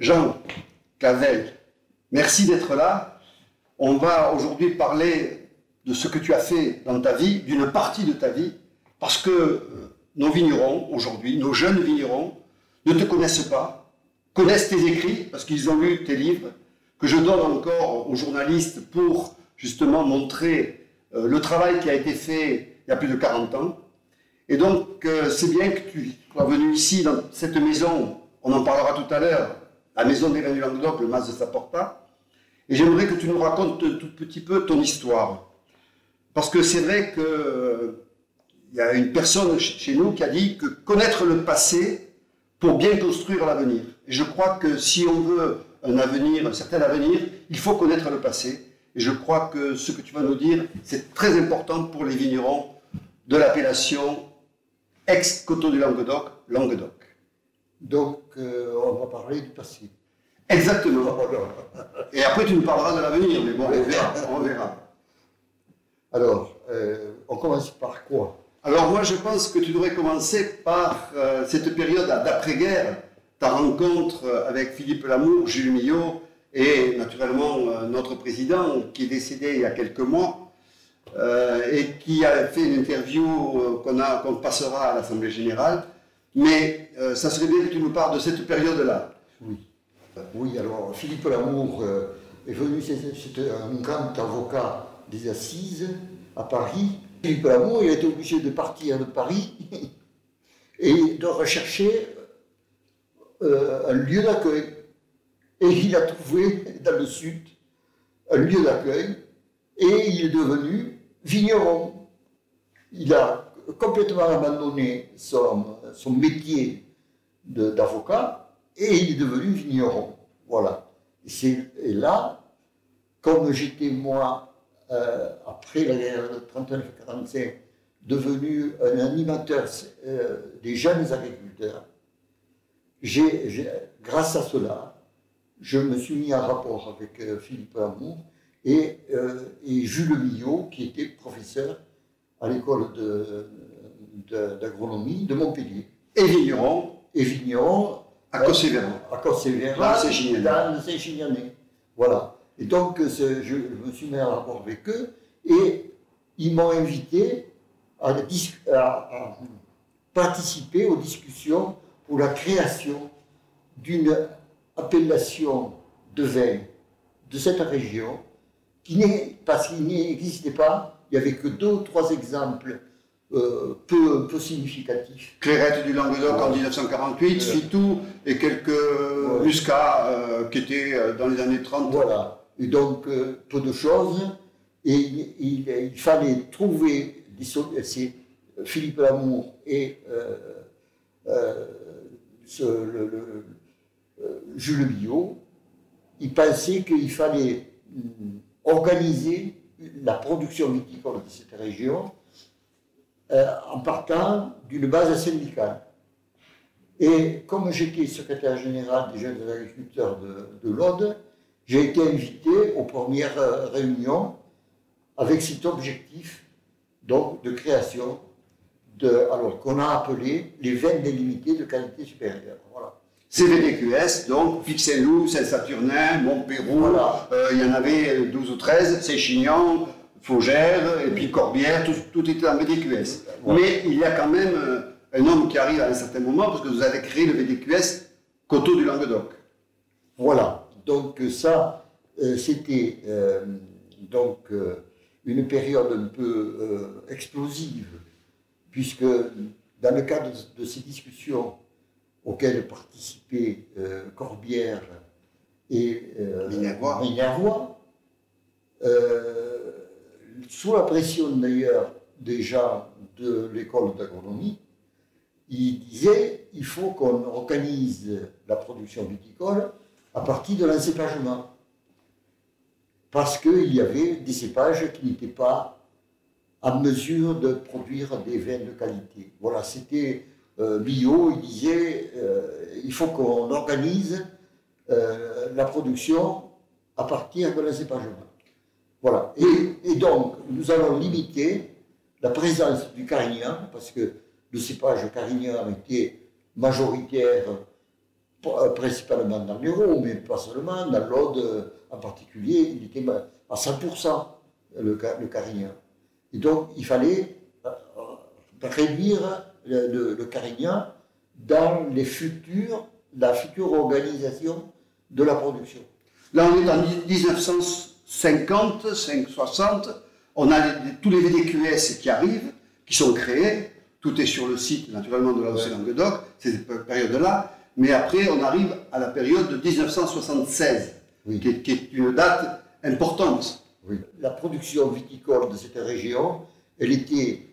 Jean Clavel, merci d'être là. On va aujourd'hui parler de ce que tu as fait dans ta vie, d'une partie de ta vie, parce que nos vignerons aujourd'hui, nos jeunes vignerons, ne te connaissent pas, connaissent tes écrits, parce qu'ils ont lu tes livres, que je donne encore aux journalistes pour justement montrer le travail qui a été fait il y a plus de 40 ans. Et donc, c'est bien que tu sois venu ici, dans cette maison, on en parlera tout à l'heure, la maison des vins du Languedoc, le Mas de Saporta. Et j'aimerais que tu nous racontes un tout petit peu ton histoire. Parce que c'est vrai qu'il y a une personne chez nous qui a dit que connaître le passé pour bien construire l'avenir. Et je crois que si on veut un avenir, un certain avenir, il faut connaître le passé. Et je crois que ce que tu vas nous dire, c'est très important pour les vignerons de l'appellation ex-Coteaux du Languedoc, Languedoc. Donc, on va parler du passé. Exactement. Et après, tu nous parleras de l'avenir, mais bon, on verra. Alors, on commence par quoi? Alors moi, je pense que tu devrais commencer par cette période d'après-guerre, ta rencontre avec Philippe Lamour, Jules Millot, et naturellement notre président, qui est décédé il y a quelques mois, et qui a fait une interview qu'on passera à l'Assemblée Générale. Mais ça serait bien que tu nous parles de cette période-là. Oui. Oui, alors Philippe Lamour est venu, c'était un grand avocat des Assises à Paris. Philippe Lamour, il a été obligé de partir de Paris et de rechercher un lieu d'accueil. Et il a trouvé dans le sud un lieu d'accueil et il est devenu vigneron. Il a complètement abandonné son métier d'avocat et il est devenu vigneron. Voilà. Et là, comme j'étais moi, après la guerre de 39-45, devenu un animateur des jeunes agriculteurs, grâce à cela, je me suis mis en rapport avec Philippe Lamour et Jules Millot, qui était professeur à l'école d'agronomie de Montpellier. Et vigneron. Et vigneron. À Cossévéran. À Cossévéran, dans le Saint-Gignanet. Voilà. Et donc, je me suis mis en rapport avec eux et ils m'ont invité à participer aux discussions pour la création d'une appellation de vin de cette région parce qu'il n'existait pas, il n'y avait que 2 ou 3 exemples peu significatifs. Clairette du Languedoc en 1948, Fitou et quelques Muscat qui étaient dans les années 30. Voilà, et donc peu de choses, et il fallait trouver des solutions. Philippe Lamour et Jules Millot, ils pensaient qu'il fallait organiser la production viticole de cette région en partant d'une base syndicale. Et comme j'étais secrétaire général des jeunes agriculteurs de l'Aude, j'ai été invité aux premières réunions avec cet objectif donc, de création alors qu'on a appelé les vins délimités de qualité supérieure. Voilà. CVDQS, donc Pixelou, Saint-Saturnin, Montpérou, voilà. Il y en avait 12 ou 13, Séchignan, Faugère, et puis Corbière, tout était en VDQS. Voilà. Mais il y a quand même un homme qui arrive à un certain moment, parce que vous avez créé le VDQS Coteaux du Languedoc. Voilà, donc ça, c'était une période un peu explosive, puisque dans le cadre de ces discussions auxquelles participaient Corbière et Minervois, sous la pression d'ailleurs des gens de l'école d'agronomie, ils disaient il faut qu'on organise la production viticole à partir de l'encépagement. Parce qu'il y avait des cépages qui n'étaient pas en mesure de produire des vins de qualité. Voilà, c'était Millot, il disait il faut qu'on organise la production à partir de l'encépagement. Voilà, et donc nous allons limiter la présence du carignan, parce que le cépage carignan était majoritaire principalement dans l'Hérault, mais pas seulement, dans l'Aude en particulier, il était à 100% le Carignan. Et donc il fallait réduire le Carignan dans la future organisation de la production. Là, on est en 1950, 60, on a tous les VDQS qui arrivent, qui sont créés, tout est sur le site naturellement de la Languedoc, cette période-là, mais après on arrive à la période de 1976, oui, qui est une date importante. Oui. La production viticole de cette région, elle était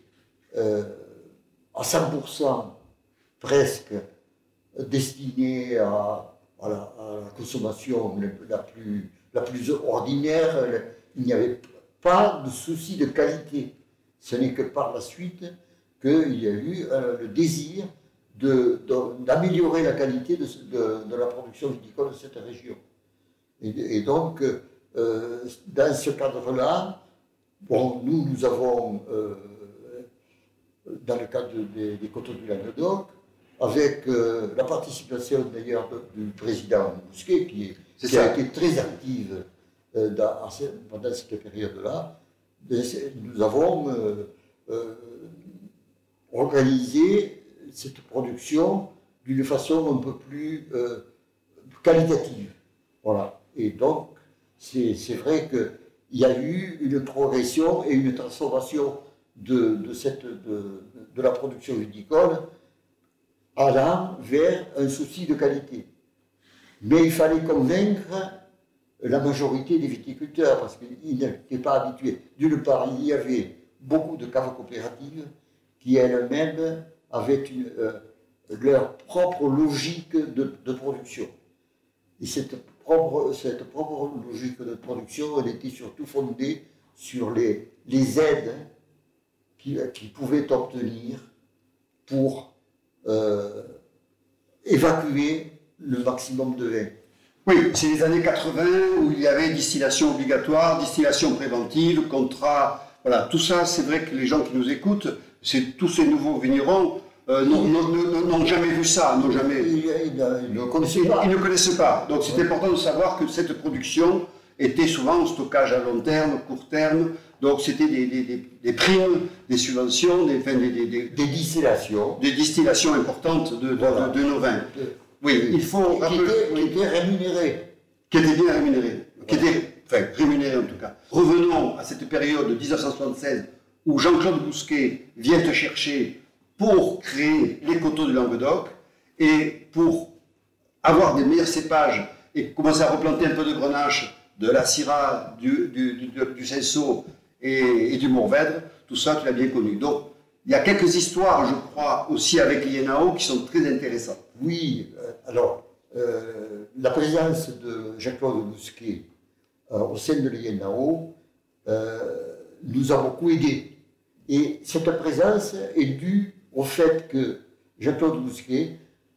à 100% presque destinée à la consommation la plus ordinaire. Il n'y avait pas de souci de qualité. Ce n'est que par la suite qu'il y a eu le désir d'améliorer la qualité de la production viticole de cette région. Et donc, dans ce cadre-là, bon, nous avons, dans le cadre des coteaux du Languedoc, avec la participation d'ailleurs du président Bousquet, qui a été très active pendant cette période-là, nous avons organisé cette production d'une façon un peu plus qualitative. Voilà. Et donc, c'est vrai qu'il y a eu une progression et une transformation de la production viticole allant vers un souci de qualité. Mais il fallait convaincre la majorité des viticulteurs parce qu'ils n'étaient pas habitués. D'une part, il y avait beaucoup de caves coopératives qui elles-mêmes avaient leur propre logique de production. Et cette propre logique de production, elle était surtout fondée sur les aides qu'ils pouvaient obtenir pour évacuer le maximum de vin. Oui, c'est les années 80 où il y avait distillation obligatoire, distillation préventive, contrat, voilà, tout ça, c'est vrai que les gens qui nous écoutent, tous ces nouveaux vignerons n'ont jamais vu ça, n'ont jamais... Ils ne connaissaient pas. Ils ne connaissaient pas. Donc c'est important de savoir que cette production était souvent en stockage à long terme, court terme, donc c'était des primes, des subventions, des distillations. Des distillations importantes de nos vins. Oui, il faut rappeler... Qui étaient rémunérés. Qui étaient bien rémunérés. Qui étaient, enfin, rémunérés en tout cas. Revenons à cette période de 1976 où Jean-Claude Bousquet vient te chercher pour créer les coteaux du Languedoc et pour avoir des meilleurs cépages et commencer à replanter un peu de grenache, de la Syrah, du Cinsault et du Mourvèdre. Tout ça, tu l'as bien connu. Donc, il y a quelques histoires, je crois, aussi avec l'INAO qui sont très intéressantes. Oui, alors, la présence de Jean-Claude Bousquet au sein de l'INAO nous a beaucoup aidés. Et cette présence est due au fait que Jean-Claude Bousquet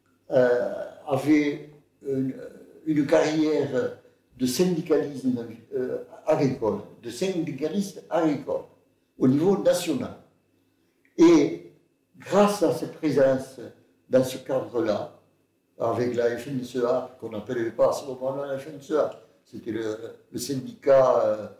avait une carrière de syndicalisme agricole, de syndicaliste agricole au niveau national. Et grâce à cette présence dans ce cadre-là, avec la FNSEA, qu'on n'appelait pas à ce moment-là la FNSEA, c'était le syndicat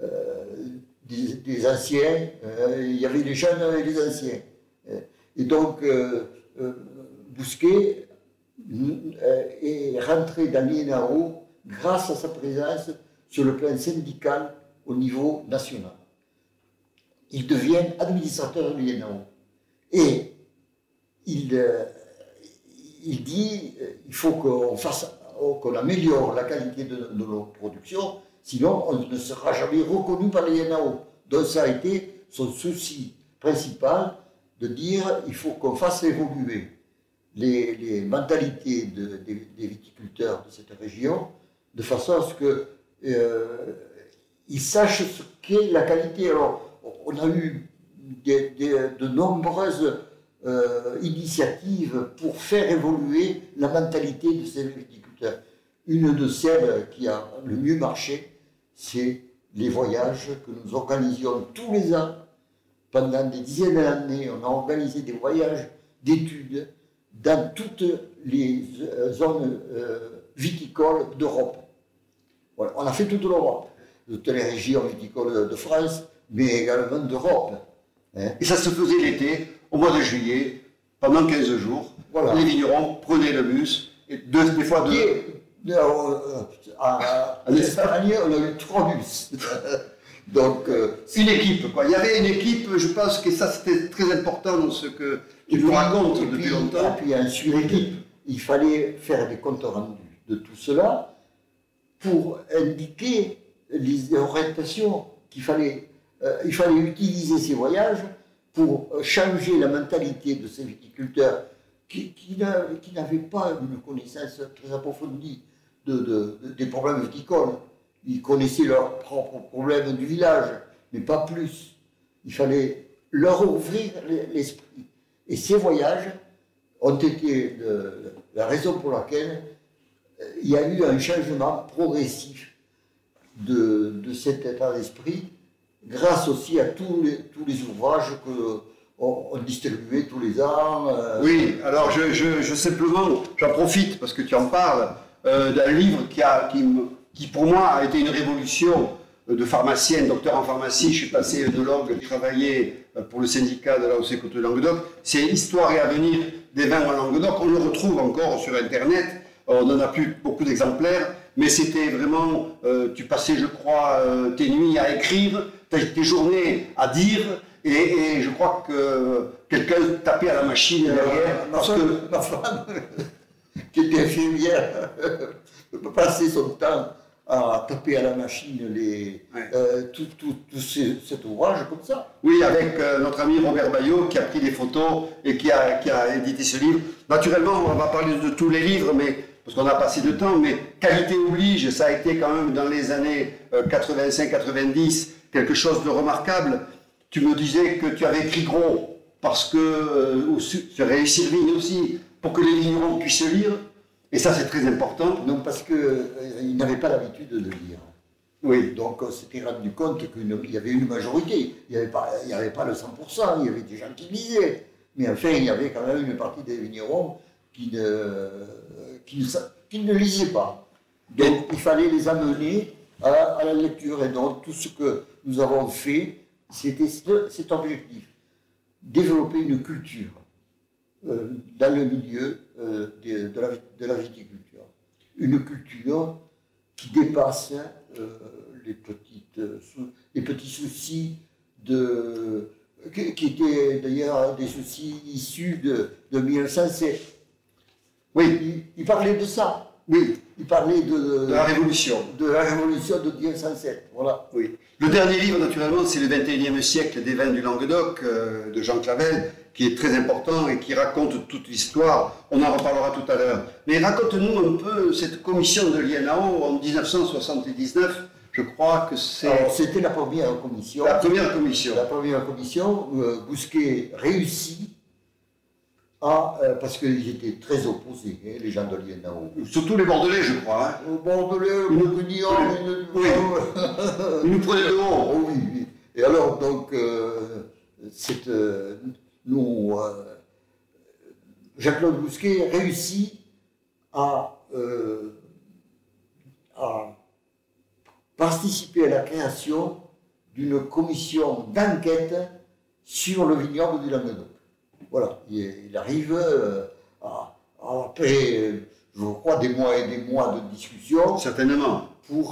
des anciens, il y avait les jeunes et les anciens. Et donc, Bousquet est rentré dans l'INAO grâce à sa présence sur le plan syndical au niveau national. Il devient administrateur de l'INAO. Et il dit il faut qu'on améliore la qualité de nos productions, sinon on ne sera jamais reconnu par l'INAO. Donc ça a été son souci principal de dire il faut qu'on fasse évoluer les mentalités des viticulteurs de cette région de façon à ce qu'ils sachent ce qu'est la qualité. Alors, on a eu de nombreuses initiatives pour faire évoluer la mentalité de ces viticulteurs. Une de celles qui a le mieux marché, c'est les voyages que nous organisions tous les ans. Pendant des dizaines d'années, on a organisé des voyages d'études dans toutes les zones viticoles d'Europe. Voilà, on a fait toute l'Europe, toutes les régions viticoles de France, mais également d'Europe. Hein. Et ça se faisait l'été, au mois de juillet, pendant 15 jours. Voilà. Les vignerons prenaient le bus, et des fois deux. En Espagne, on a eu 3 bus. Donc, une équipe, quoi. Il y avait une équipe, je pense que ça c'était très important dans ce que tu nous racontes depuis longtemps. Et puis ensuite, il fallait faire des comptes rendus de tout cela pour indiquer les orientations qu'il fallait. Il fallait utiliser ces voyages pour changer la mentalité de ces viticulteurs qui n'avaient pas une connaissance très approfondie des problèmes viticoles. Ils connaissaient leurs propres problèmes du village, mais pas plus. Il fallait leur ouvrir l'esprit. Et ces voyages ont été la raison pour laquelle il y a eu un changement progressif de cet état d'esprit, grâce aussi à tous les ouvrages qu'on distribuait tous les ans. Oui, alors je simplement, j'en profite parce que tu en parles, d'un livre qui pour moi a été une révolution de pharmacienne, docteur en pharmacie. Je suis passé œnologue, j'ai travaillé pour le syndicat de la Haute-Côte de Languedoc. C'est Histoire et avenir des vins en Languedoc. On le retrouve encore sur Internet. On n'en a plus beaucoup d'exemplaires, mais c'était vraiment, tu passais, je crois, tes nuits à écrire, tes journées à dire, et je crois que quelqu'un tapait à la machine derrière. Ma femme, qui était infirmière, passait son temps à taper à la machine tout cet ouvrage comme ça. Oui, avec notre ami Robert Bayot qui a pris des photos et qui a édité ce livre. Naturellement, on va parler de tous les livres, mais parce qu'on a passé de temps, mais qualité oblige, ça a été quand même dans les années 85-90 quelque chose de remarquable. Tu me disais que tu avais écrit gros parce que tu avais réussi le vigne aussi pour que les vignerons puissent lire. Et ça, c'est très important. Non, parce qu'ils n'avaient pas l'habitude de lire. Oui. Donc, on s'était rendu compte qu'il y avait une majorité. Il n'y avait pas le 100%, il y avait des gens qui lisaient. Mais enfin, il y avait quand même une partie des vignerons qui ne lisaient pas. Donc, il fallait les amener à la lecture. Et donc, tout ce que nous avons fait, c'était cet objectif. Développer une culture dans le milieu de la viticulture. Une culture qui dépasse les petits soucis qui étaient d'ailleurs des soucis issus de 1907. Oui. Il parlait de ça. Oui. Il parlait de la Révolution. De la Révolution de 1907. Voilà. Oui. Le dernier livre, naturellement, c'est le 21e siècle des vins du Languedoc de Jean Clavel, qui est très important et qui raconte toute l'histoire. On en reparlera tout à l'heure. Mais raconte-nous un peu cette commission de l'INAO en 1979. Je crois que c'est... C'était la première commission. La première commission. La première commission, Bousquet réussit parce qu'ils étaient très opposés, hein, les gens de l'INAO. Surtout les Bordelais, je crois. Hein. Les Bordelais, les Bourguignons, oui. Ils nous prenaient de haut. Oh, oui, oui. Et alors, donc, Jacques-Claude Bousquet réussit à participer à la création d'une commission d'enquête sur le vignoble du Languedoc. Voilà, il arrive après, je crois, des mois et des mois de discussion. Certainement.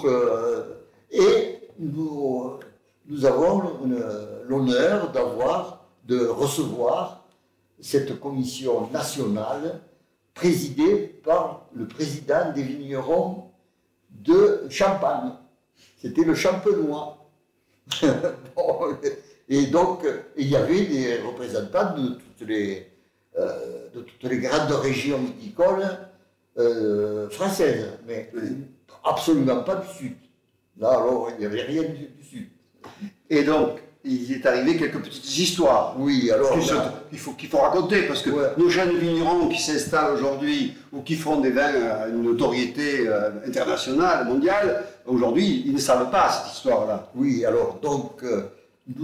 Et nous avons l'honneur de recevoir cette commission nationale présidée par le président des vignerons de Champagne. C'était le Champenois. Bon, et donc, il y avait des représentants de toutes les grandes régions viticoles françaises, mais absolument pas du Sud. Là, alors, il n'y avait rien du Sud. Et donc, il est arrivé quelques petites histoires. Oui, alors. Qu'il faut raconter, parce que nos jeunes vignerons qui s'installent aujourd'hui ou qui font des vins à une notoriété internationale, mondiale, aujourd'hui, ils ne savent pas cette histoire-là. Oui, alors, donc,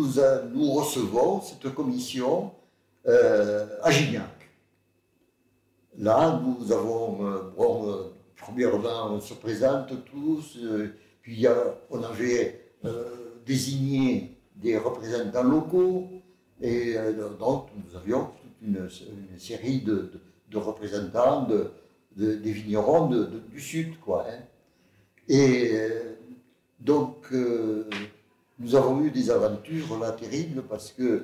nous recevons cette commission à Gignac. là, nous avons, premièrement, on se présente tous, puis on avait désigné des représentants locaux, et donc nous avions toute une série de représentants des vignerons du Sud, quoi. Hein. Et donc, nous avons eu des aventures là terribles parce que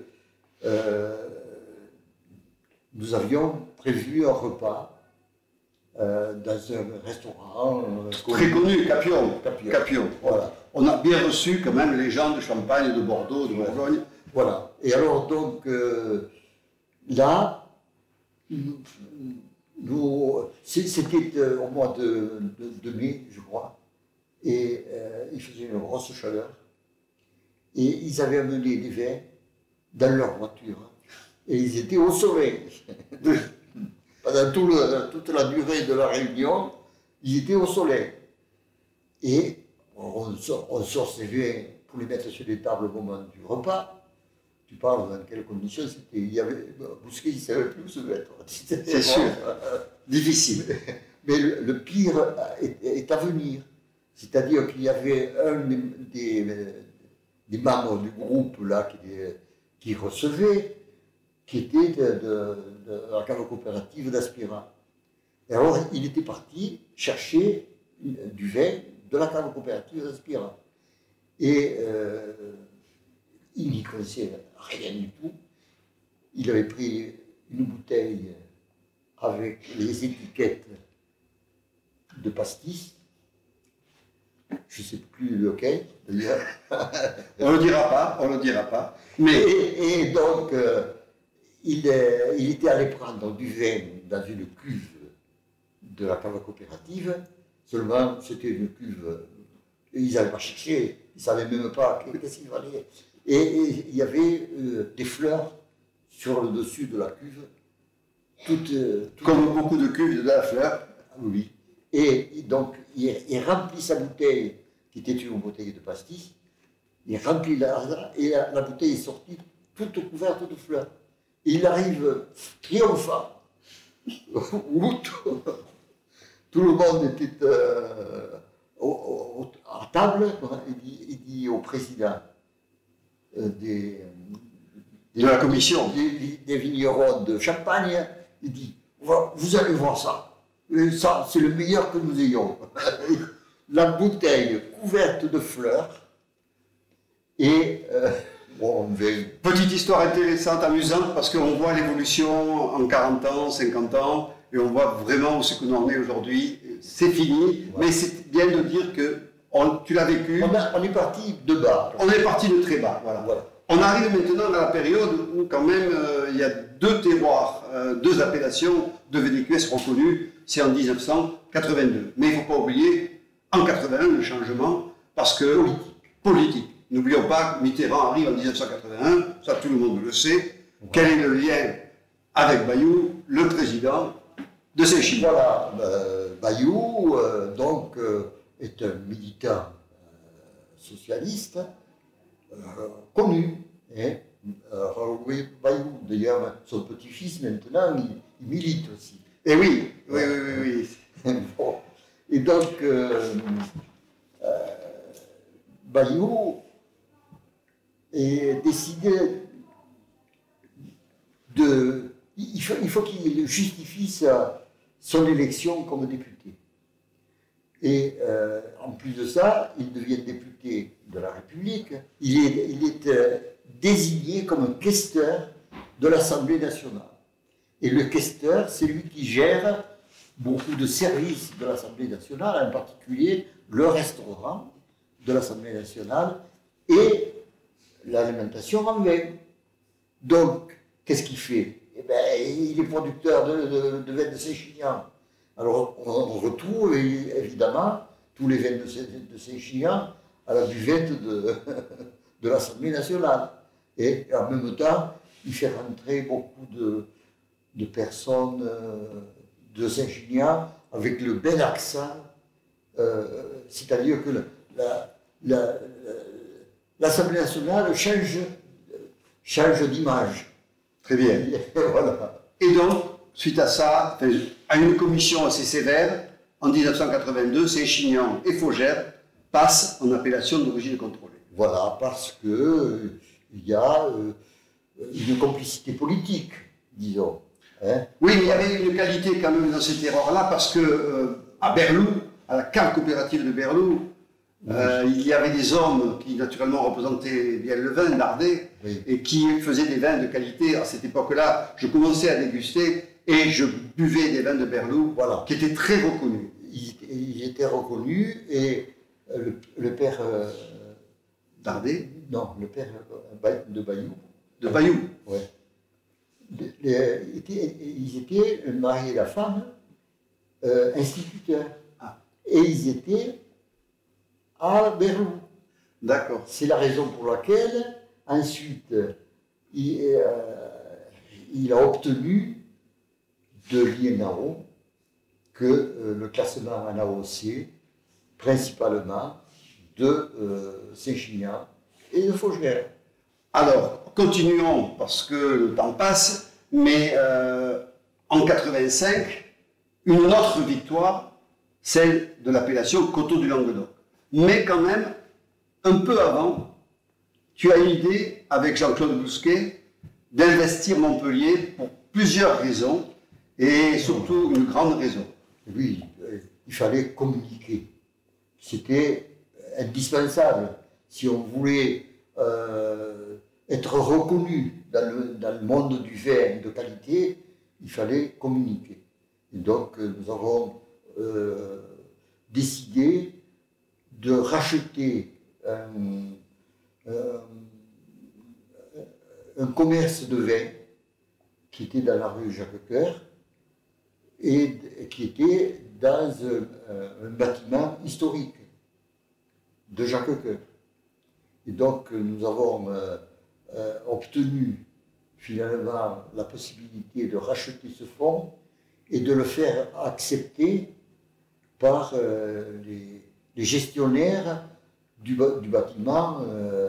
nous avions prévu un repas dans un restaurant très connu, Capion. Capion. Voilà. On a bien reçu quand même les gens de Champagne, de Bordeaux, de Bourgogne. Voilà. Et alors donc là, c'était au mois de mai, je crois, et il faisait une grosse chaleur. Et ils avaient amené des vins dans leur voiture. Et ils étaient au soleil. Pendant toute la durée de la réunion, ils étaient au soleil. Et on sort ces vins pour les mettre sur les tables au moment du repas. Tu parles dans quelles conditions c'était. Il y avait Bousquet, il ne savait plus où se mettre. C'est sûr. Difficile. Mais le pire est à venir. C'est-à-dire qu'il y avait un des membres du groupe là qui recevait, qui était de la cave coopérative d'Aspira. Et alors, il était parti chercher du vin de la cave coopérative d'Aspira. Et il n'y connaissait rien du tout. Il avait pris une bouteille avec les étiquettes de pastis. Je ne sais plus lequel, d'ailleurs. On ne le dira pas. Mais... Et donc, il était allé prendre du vin dans une cuve de la cave coopérative. Seulement, c'était une cuve. Ils n'avaient pas cherché, ils ne savaient même pas qu'est-ce qu'il fallait. Et il y avait des fleurs sur le dessus de la cuve. Comme beaucoup de cuves de la fleur. Oui. Et donc, il remplit sa bouteille, qui était une bouteille de pastis, il remplit la bouteille est sortie toute couverte de fleurs. Et il arrive triomphant, où tout le monde était à table. Il dit au président de la commission des vignerons de Champagne, il dit, vous allez voir ça. Et ça, c'est le meilleur que nous ayons. La bouteille couverte de fleurs et Petite histoire intéressante, amusante, parce qu'on voit l'évolution en 40 ans, 50 ans, et on voit vraiment où c'est que nous en est aujourd'hui. C'est fini, mais c'est bien de dire que tu l'as vécu. On est parti de bas. On est parti de très bas, voilà. On arrive maintenant dans la période où quand même il y a deux terroirs, deux appellations de VDQS reconnues, c'est en 1982. Mais il ne faut pas oublier, en 81, le changement, parce que politique. N'oublions pas que Mitterrand arrive en 1981, ça tout le monde le sait. Quel est le lien avec Bayou, le président de Saint-Chinian? Voilà, Bayou, donc, est un militant socialiste connu. Hein. Oui, Bayou, d'ailleurs, son petit-fils, maintenant, il milite aussi. Et oui, oui. Bon. Et donc, Bayou est décidé de... Il faut qu'il justifie son élection comme député. Et en plus de ça, il devient député de la République. Il est désigné comme questeur de l'Assemblée nationale. Et le questeur, c'est lui qui gère beaucoup de services de l'Assemblée nationale, en particulier le restaurant de l'Assemblée nationale et l'alimentation en vin. Donc, qu'est-ce qu'il fait? Eh bien, il est producteur de vin de Saint-Chinian. Alors, on retrouve évidemment tous les vins de Saint-Chinian à la buvette de l'Assemblée nationale. Et en même temps, il fait rentrer beaucoup de personnes de Saint-Chinian avec le bel accent, c'est-à-dire que l'Assemblée nationale change d'image. Très bien. Voilà. Et donc, suite à ça, à une commission assez sévère, en 1982, Saint-Chinian et Faugère passent en appellation d'origine contrôlée. Voilà, parce que il y a une complicité politique, disons. Hein. Oui, mais il y avait une qualité quand même dans cette erreur-là, parce que à Berlou, à la cave coopérative de Berlou, il y avait des hommes qui naturellement représentaient bien le vin d'Ardé, Oui. et qui faisaient des vins de qualité. À cette époque-là, je commençais à déguster et je buvais des vins de Berlou, Voilà. qui étaient très reconnus. Ils étaient reconnus et le père D'Ardé, non, le père de Bayou. de Bayou. Ouais. Ils étaient, le mari et la femme, instituteurs. Ah. Et ils étaient à Berlou. D'accord. C'est la raison pour laquelle, ensuite, il a obtenu de l'INAO que le classement en AOC, principalement de Saint-Chinian et de Faugère. Alors, continuons, parce que le temps passe, mais en 85, une autre victoire, celle de l'appellation Coteaux du Languedoc. Mais quand même, un peu avant, tu as une idée, avec Jean-Claude Bousquet, d'investir Montpellier pour plusieurs raisons, et surtout une grande raison. Oui, il fallait communiquer. C'était indispensable. Si on voulait être reconnu dans le monde du vin de qualité, il fallait communiquer. Et donc, nous avons décidé de racheter un commerce de vin qui était dans la rue Jacques-Cœur et qui était dans un bâtiment historique de Jacques-Cœur. Et donc nous avons obtenu finalement la possibilité de racheter ce fonds et de le faire accepter par les gestionnaires du bâtiment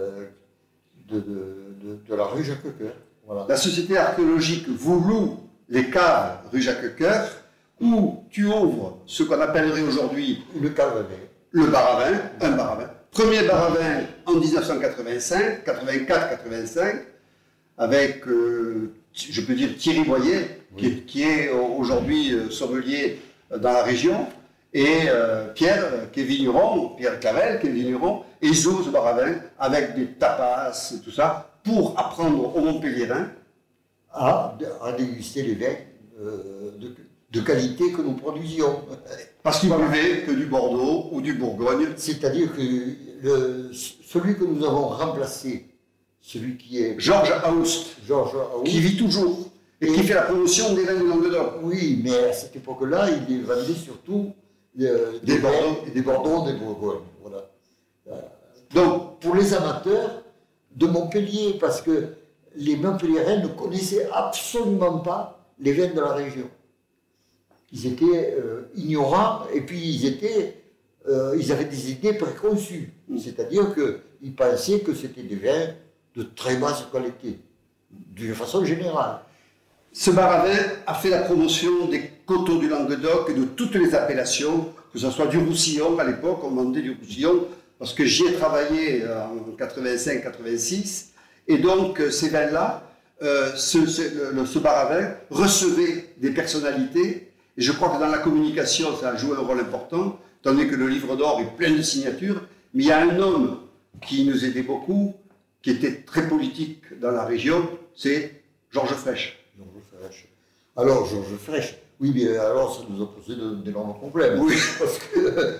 de la rue Jacques-Cœur. Voilà. La société archéologique vous loue les caves rue Jacques-Cœur, où tu ouvres ce qu'on appellerait aujourd'hui Le cave. le bar à vin, un bar à vin. Premier bar à vin en 1985, 84-85, avec, je peux dire, Thierry Boyer, Oui. qui est aujourd'hui sommelier dans la région, et Pierre, qui est vigneron, Pierre Clavel, qui est vigneron, et ils ouvrent ce bar à vin avec des tapas et tout ça, pour apprendre aux Montpelliérains à déguster les vins de qualité que nous produisions. parce qu'ils buvaient que du Bordeaux ou du Bourgogne. C'est-à-dire que celui que nous avons remplacé, celui qui est Georges Aoust, Georges Aoust, qui vit toujours et qui fait la promotion des vins du Languedoc. oui, mais à cette époque-là, il les vendait surtout des Bordeaux. des Bordeaux, des Bourgognes. Voilà. Donc, Pour les amateurs de Montpellier, parce que les Montpelliérains ne connaissaient absolument pas les vins de la région. Ils étaient ignorants et puis ils avaient des idées préconçues. C'est-à-dire qu'ils pensaient que c'était des vins de très basse qualité, d'une façon générale. ce bar à vin a fait la promotion des coteaux du Languedoc et de toutes les appellations, que ce soit du Roussillon, à l'époque, on vendait du Roussillon, parce que j'y ai travaillé en 85-86, et donc ces vins-là, ce bar à vin recevait des personnalités, et je crois que dans la communication, ça a joué un rôle important, tandis que le livre d'or est plein de signatures, mais il y a un homme qui nous aidait beaucoup, qui était très politique dans la région, c'est Georges Frêche. Georges Frêche. Alors, Georges Frêche, oui, mais alors ça nous a posé d'énormes problèmes. Oui. Parce que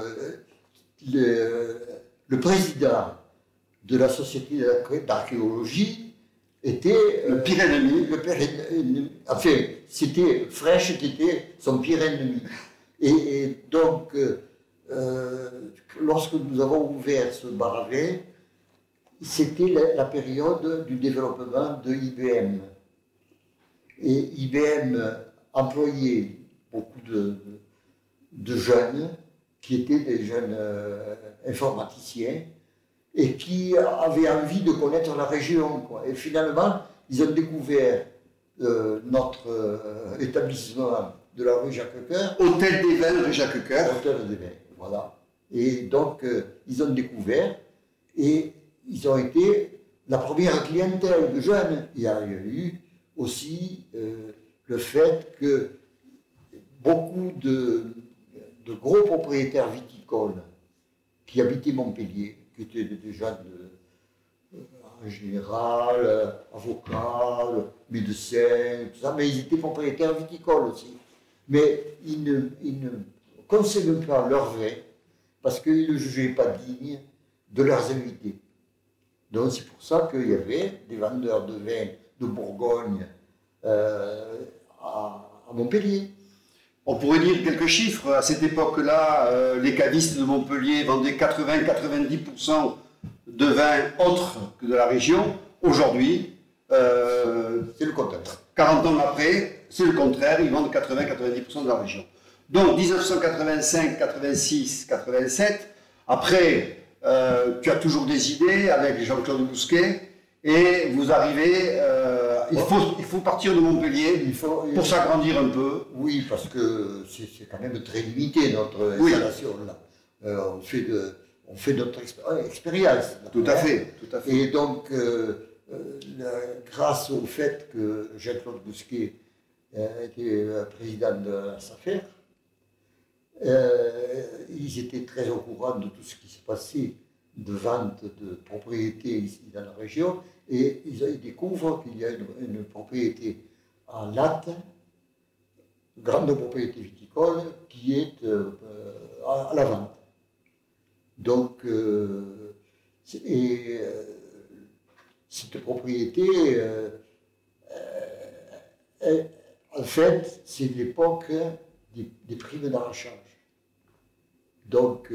le président de la Société d'archéologie était Le pire ennemi. Enfin, c'était Frêche qui était son pire ennemi. Et donc, lorsque nous avons ouvert ce bar à vin, c'était la période du développement de IBM. Et IBM employait beaucoup de jeunes qui étaient des jeunes informaticiens et qui avaient envie de connaître la région, quoi. Et finalement, ils ont découvert notre établissement de la rue Jacques-Cœur. Hôtel des Vins, rue Jacques-Cœur. Hôtel des Vins, voilà. Et donc, ils ont découvert et ils ont été la première clientèle de jeunes. Il y a eu aussi le fait que beaucoup de gros propriétaires viticoles qui habitaient Montpellier, qui étaient des jeunes en général, avocats, médecins, tout ça, mais ils étaient propriétaires viticoles aussi. Mais ils ne consommaient pas leur vin parce qu'ils ne le jugeaient pas digne de leurs invités. Donc c'est pour ça qu'il y avait des vendeurs de vin de Bourgogne à Montpellier. On pourrait dire quelques chiffres. À cette époque-là, les cavistes de Montpellier vendaient 80-90% de vins autres que de la région. Aujourd'hui, c'est le contraire. 40 ans après, c'est le contraire, ils vendent 80-90% de la région. Donc 1985, 86, 87, après, tu as toujours des idées avec Jean-Claude Bousquet, et vous arrivez, il faut partir de Montpellier pour s'agrandir un peu. Oui, parce que c'est quand même très limité notre installation là. On fait notre expérience. Tout à fait, tout à fait. Et donc, grâce au fait que Jean-Claude Bousquet était président de la SAFER, ils étaient très au courant de tout ce qui se passait de vente de propriétés ici dans la région, et ils découvrent qu'il y a une propriété en latte, grande propriété viticole, qui est à la vente. Donc, cette propriété, en fait, c'est l'époque des primes d'arrachage. Donc,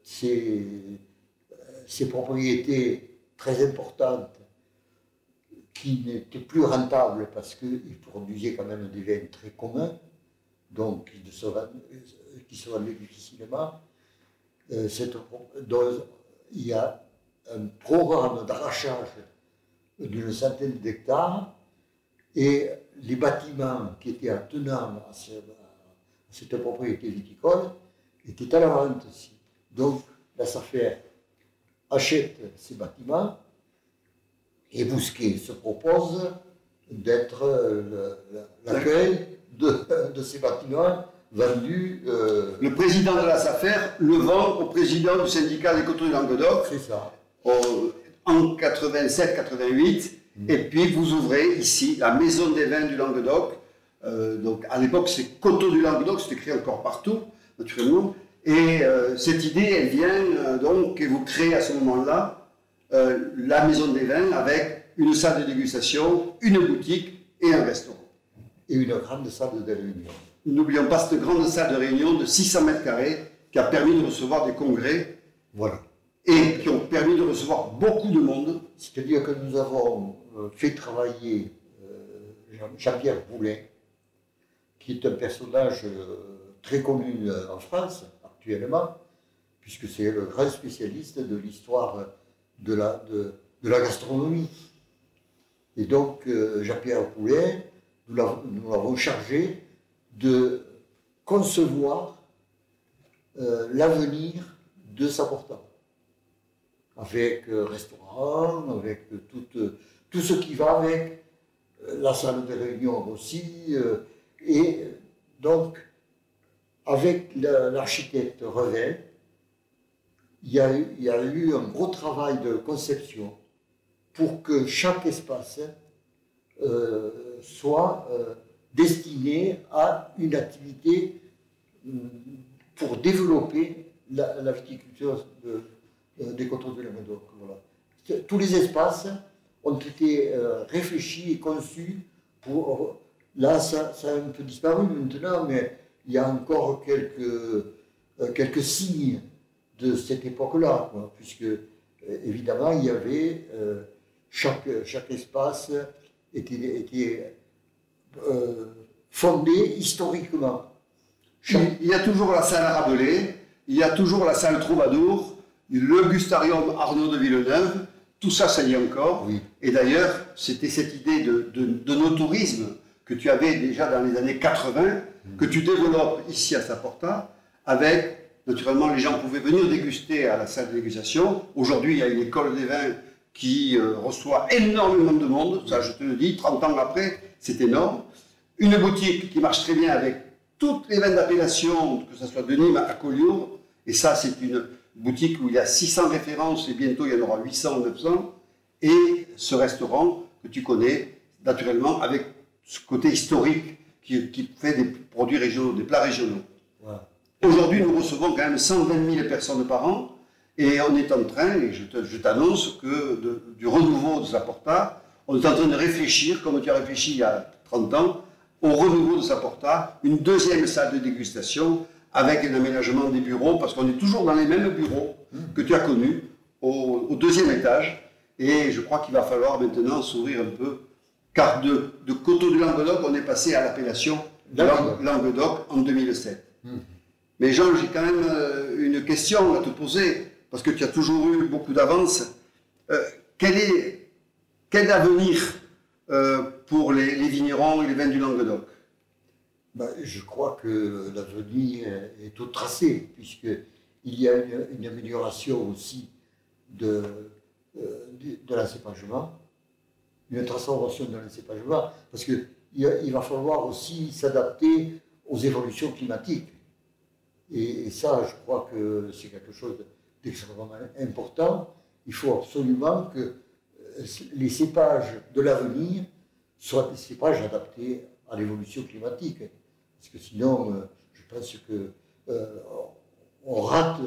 ces propriétés très importantes qui n'étaient plus rentables parce qu'ils produisaient quand même des vins très communs, donc qui se vendaient difficilement. Il y a un programme d'arrachage d'une centaine d'hectares et les bâtiments qui étaient attenants à cette propriété viticole étaient à la vente aussi. Donc la SAFER achète ces bâtiments et Bousquet se propose d'être l'accueil de ces bâtiments vendus. Le président de la SAFER le vend au président du syndicat des coteaux du Languedoc. C'est ça. En 87-88, et puis vous ouvrez ici la maison des vins du Languedoc. Donc à l'époque c'est coteaux du Languedoc, c'est écrit encore partout, naturellement. Et cette idée, elle vient donc, et vous créez à ce moment-là la maison des vins avec une salle de dégustation, une boutique et un restaurant. Et une grande salle de réunion. N'oublions pas cette grande salle de réunion de 600 mètres carrés qui a permis de recevoir des congrès. Voilà. Et qui ont permis de recevoir beaucoup de monde. C'est-à-dire que nous avons fait travailler Jean-Pierre Boulet, qui est un personnage très connu en France actuellement, puisque c'est le grand spécialiste de l'histoire de la gastronomie. Et donc Jean-Pierre Boulet, nous l'avons chargé de concevoir l'avenir de Saint-Portant, avec restaurant, avec tout ce qui va avec, la salle de réunion aussi, et donc avec l'architecte Revel, il y a eu un gros travail de conception pour que chaque espace soit destiné à une activité pour développer la viticulture des coteaux de Languedoc. Voilà. Tous les espaces ont été réfléchis et conçus pour... Là, ça a un peu disparu maintenant, mais il y a encore quelques signes de cette époque-là, puisque évidemment, il y avait... chaque espace était fondé historiquement. Il y a toujours la salle Rabelais, il y a toujours la salle Troubadour, le Gustarium Arnaud de Villeneuve, tout ça, ça y est encore. Oui. Et d'ailleurs, c'était cette idée de no-tourisme que tu avais déjà dans les années 80, que tu développes ici à Saporta, avec, naturellement, les gens pouvaient venir déguster à la salle de dégustation. Aujourd'hui, il y a une école des vins qui reçoit énormément de monde, ça je te le dis, 30 ans après, c'est énorme. Une boutique qui marche très bien avec toutes les vins d'appellation, que ce soit de Nîmes à Collioure, et ça c'est une boutique où il y a 600 références et bientôt il y en aura 800 ou 900, et ce restaurant que tu connais, naturellement, avec ce côté historique qui fait des produits régionaux, des plats régionaux. Voilà. Aujourd'hui, nous recevons quand même 120 000 personnes par an, et on est en train, et je t'annonce que du renouveau de Saporta, on est en train de réfléchir, comme tu as réfléchi il y a 30 ans, au renouveau de Saporta, une deuxième salle de dégustation avec un aménagement des bureaux, parce qu'on est toujours dans les mêmes bureaux que tu as connus, au deuxième étage, et je crois qu'il va falloir maintenant s'ouvrir un peu, car de Coteaux du Languedoc, on est passé à l'appellation de Languedoc en 2007. Mais Jean, j'ai quand même une question à te poser, parce que tu as toujours eu beaucoup d'avance. Quel avenir pour les vignerons et les vins du Languedoc? Je crois que l'avenir est tout tracé, puisqu'il y a une amélioration aussi de l'encépagement, une transformation de l'encépagement, parce qu'il va falloir aussi s'adapter aux évolutions climatiques. Et ça, je crois que c'est quelque chose d'extrêmement important. Il faut absolument que les cépages de l'avenir soient des cépages adaptés à l'évolution climatique. Parce que sinon, je pense qu'on rate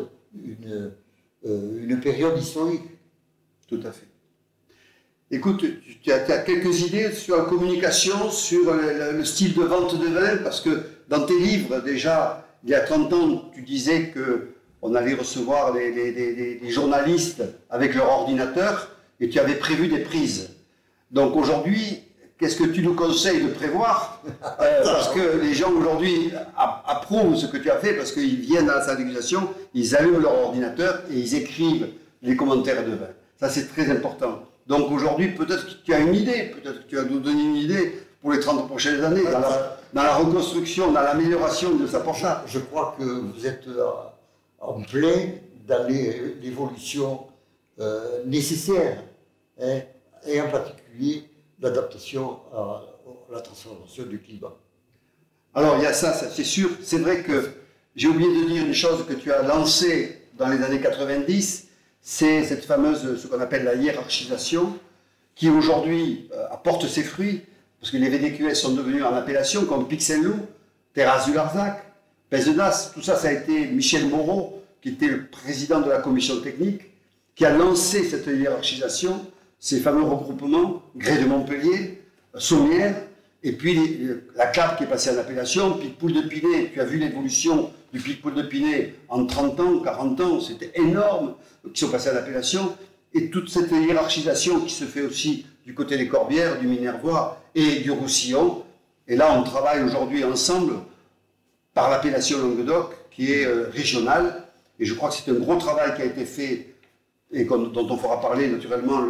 une période historique. Tout à fait. Écoute, tu as quelques idées sur la communication, sur le style de vente de vin, parce que dans tes livres, déjà, il y a 30 ans, tu disais qu'on allait recevoir les journalistes avec leur ordinateur, et tu avais prévu des prises. Donc aujourd'hui, qu'est-ce que tu nous conseilles de prévoir parce que les gens aujourd'hui approuvent ce que tu as fait, parce qu'ils viennent à la salle de dégustation, ils allument leur ordinateur et ils écrivent les commentaires de vin. Ça, c'est très important. Donc aujourd'hui, peut-être que tu as une idée, peut-être que tu vas nous donner une idée pour les 30 prochaines années, dans la reconstruction, dans l'amélioration de Saporta. Je crois que vous êtes en plein dans l'évolution nécessaire, hein, et en particulier l'adaptation à la transformation du climat. Alors il y a ça c'est sûr. C'est vrai que j'ai oublié de dire une chose que tu as lancée dans les années 90, c'est cette fameuse, ce qu'on appelle la hiérarchisation, qui aujourd'hui apporte ses fruits, parce que les VDQS sont devenus en appellation comme Pic Saint-Loup, Terrasse du Larzac, Pez de Das. Tout ça, ça a été Michel Moreau, qui était le président de la commission technique, qui a lancé cette hiérarchisation, ces fameux regroupements, Grès de Montpellier, Sommières, et puis la CAP qui est passée en appellation, Picpoul de Pinet. Tu as vu l'évolution du Picpoul de Pinet en 30 ans, 40 ans, c'était énorme, qui sont passés en appellation, et toute cette hiérarchisation qui se fait aussi du côté des Corbières, du Minervois et du Roussillon. Et là, on travaille aujourd'hui ensemble par l'appellation Languedoc, qui est régionale, et je crois que c'est un gros travail qui a été fait et dont on fera parler naturellement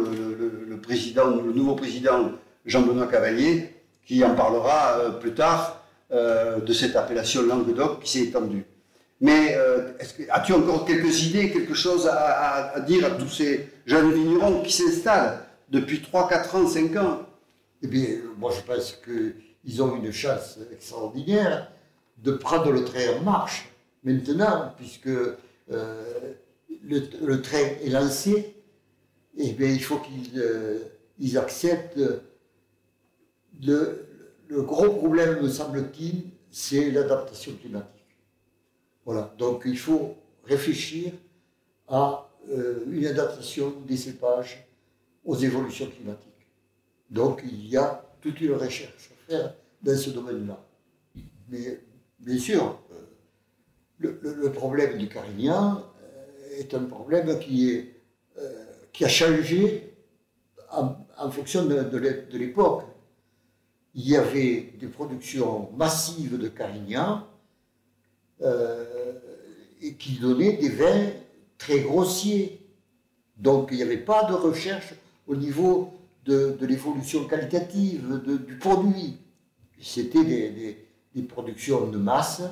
le nouveau président Jean-Benoît Cavalier, qui en parlera plus tard de cette appellation Languedoc qui s'est étendue. Mais as-tu encore quelques idées, quelque chose à dire à tous ces jeunes vignerons qui s'installent depuis 3, 4 ans, 5 ans? Eh bien, moi je pense qu'ils ont une chance extraordinaire de prendre le train en marche maintenant, puisque le train est lancé. Eh bien, il faut qu'ils acceptent. Le gros problème, me semble-t-il, c'est l'adaptation climatique. Voilà, donc il faut réfléchir à une adaptation des cépages aux évolutions climatiques. Donc il y a toute une recherche à faire dans ce domaine-là. Mais bien sûr, le problème du Carignan est un problème qui a changé en fonction de l'époque. Il y avait des productions massives de Carignan et qui donnaient des vins très grossiers. Donc il n'y avait pas de recherche au niveau de l'évolution qualitative du produit. c'était des productions de masse.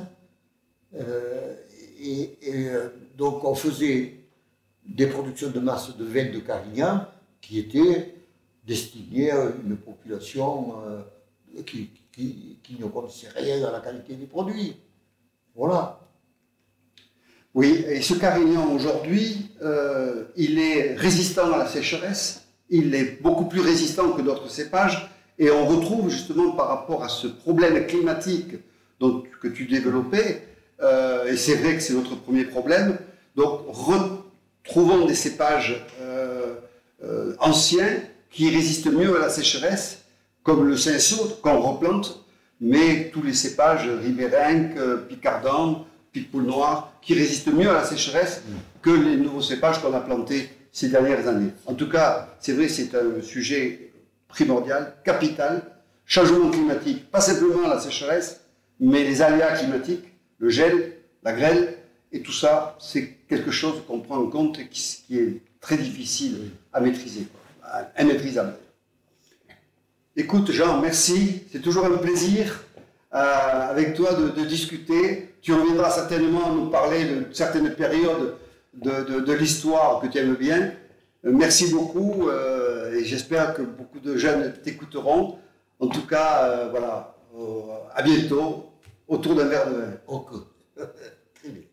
Donc on faisait des productions de masse de vin de Carignan qui étaient destinées à une population qui ne connaissait rien à la qualité des produits. Voilà. Oui, et ce Carignan aujourd'hui, il est résistant à la sécheresse, il est beaucoup plus résistant que d'autres cépages, et on retrouve justement par rapport à ce problème climatique que tu développais, et c'est vrai que c'est notre premier problème, donc retrouvons des cépages anciens qui résistent mieux à la sécheresse, comme le cinsault qu'on replante, mais tous les cépages ribérinques, picardants, pique-poule noire, qui résistent mieux à la sécheresse que les nouveaux cépages qu'on a plantés ces dernières années. En tout cas, c'est vrai, c'est un sujet primordial, capital. Changement climatique, pas simplement la sécheresse, mais les aléas climatiques, le gel, la grêle, et tout ça, c'est quelque chose qu'on prend en compte et qui est très difficile à maîtriser, immaîtrisable. Écoute Jean, merci, c'est toujours un plaisir avec toi de discuter. Tu reviendras certainement nous parler de certaines périodes de l'histoire que tu aimes bien. Merci beaucoup et j'espère que beaucoup de jeunes t'écouteront. En tout cas, voilà, à bientôt autour d'un verre de vin. Ok. Très bien.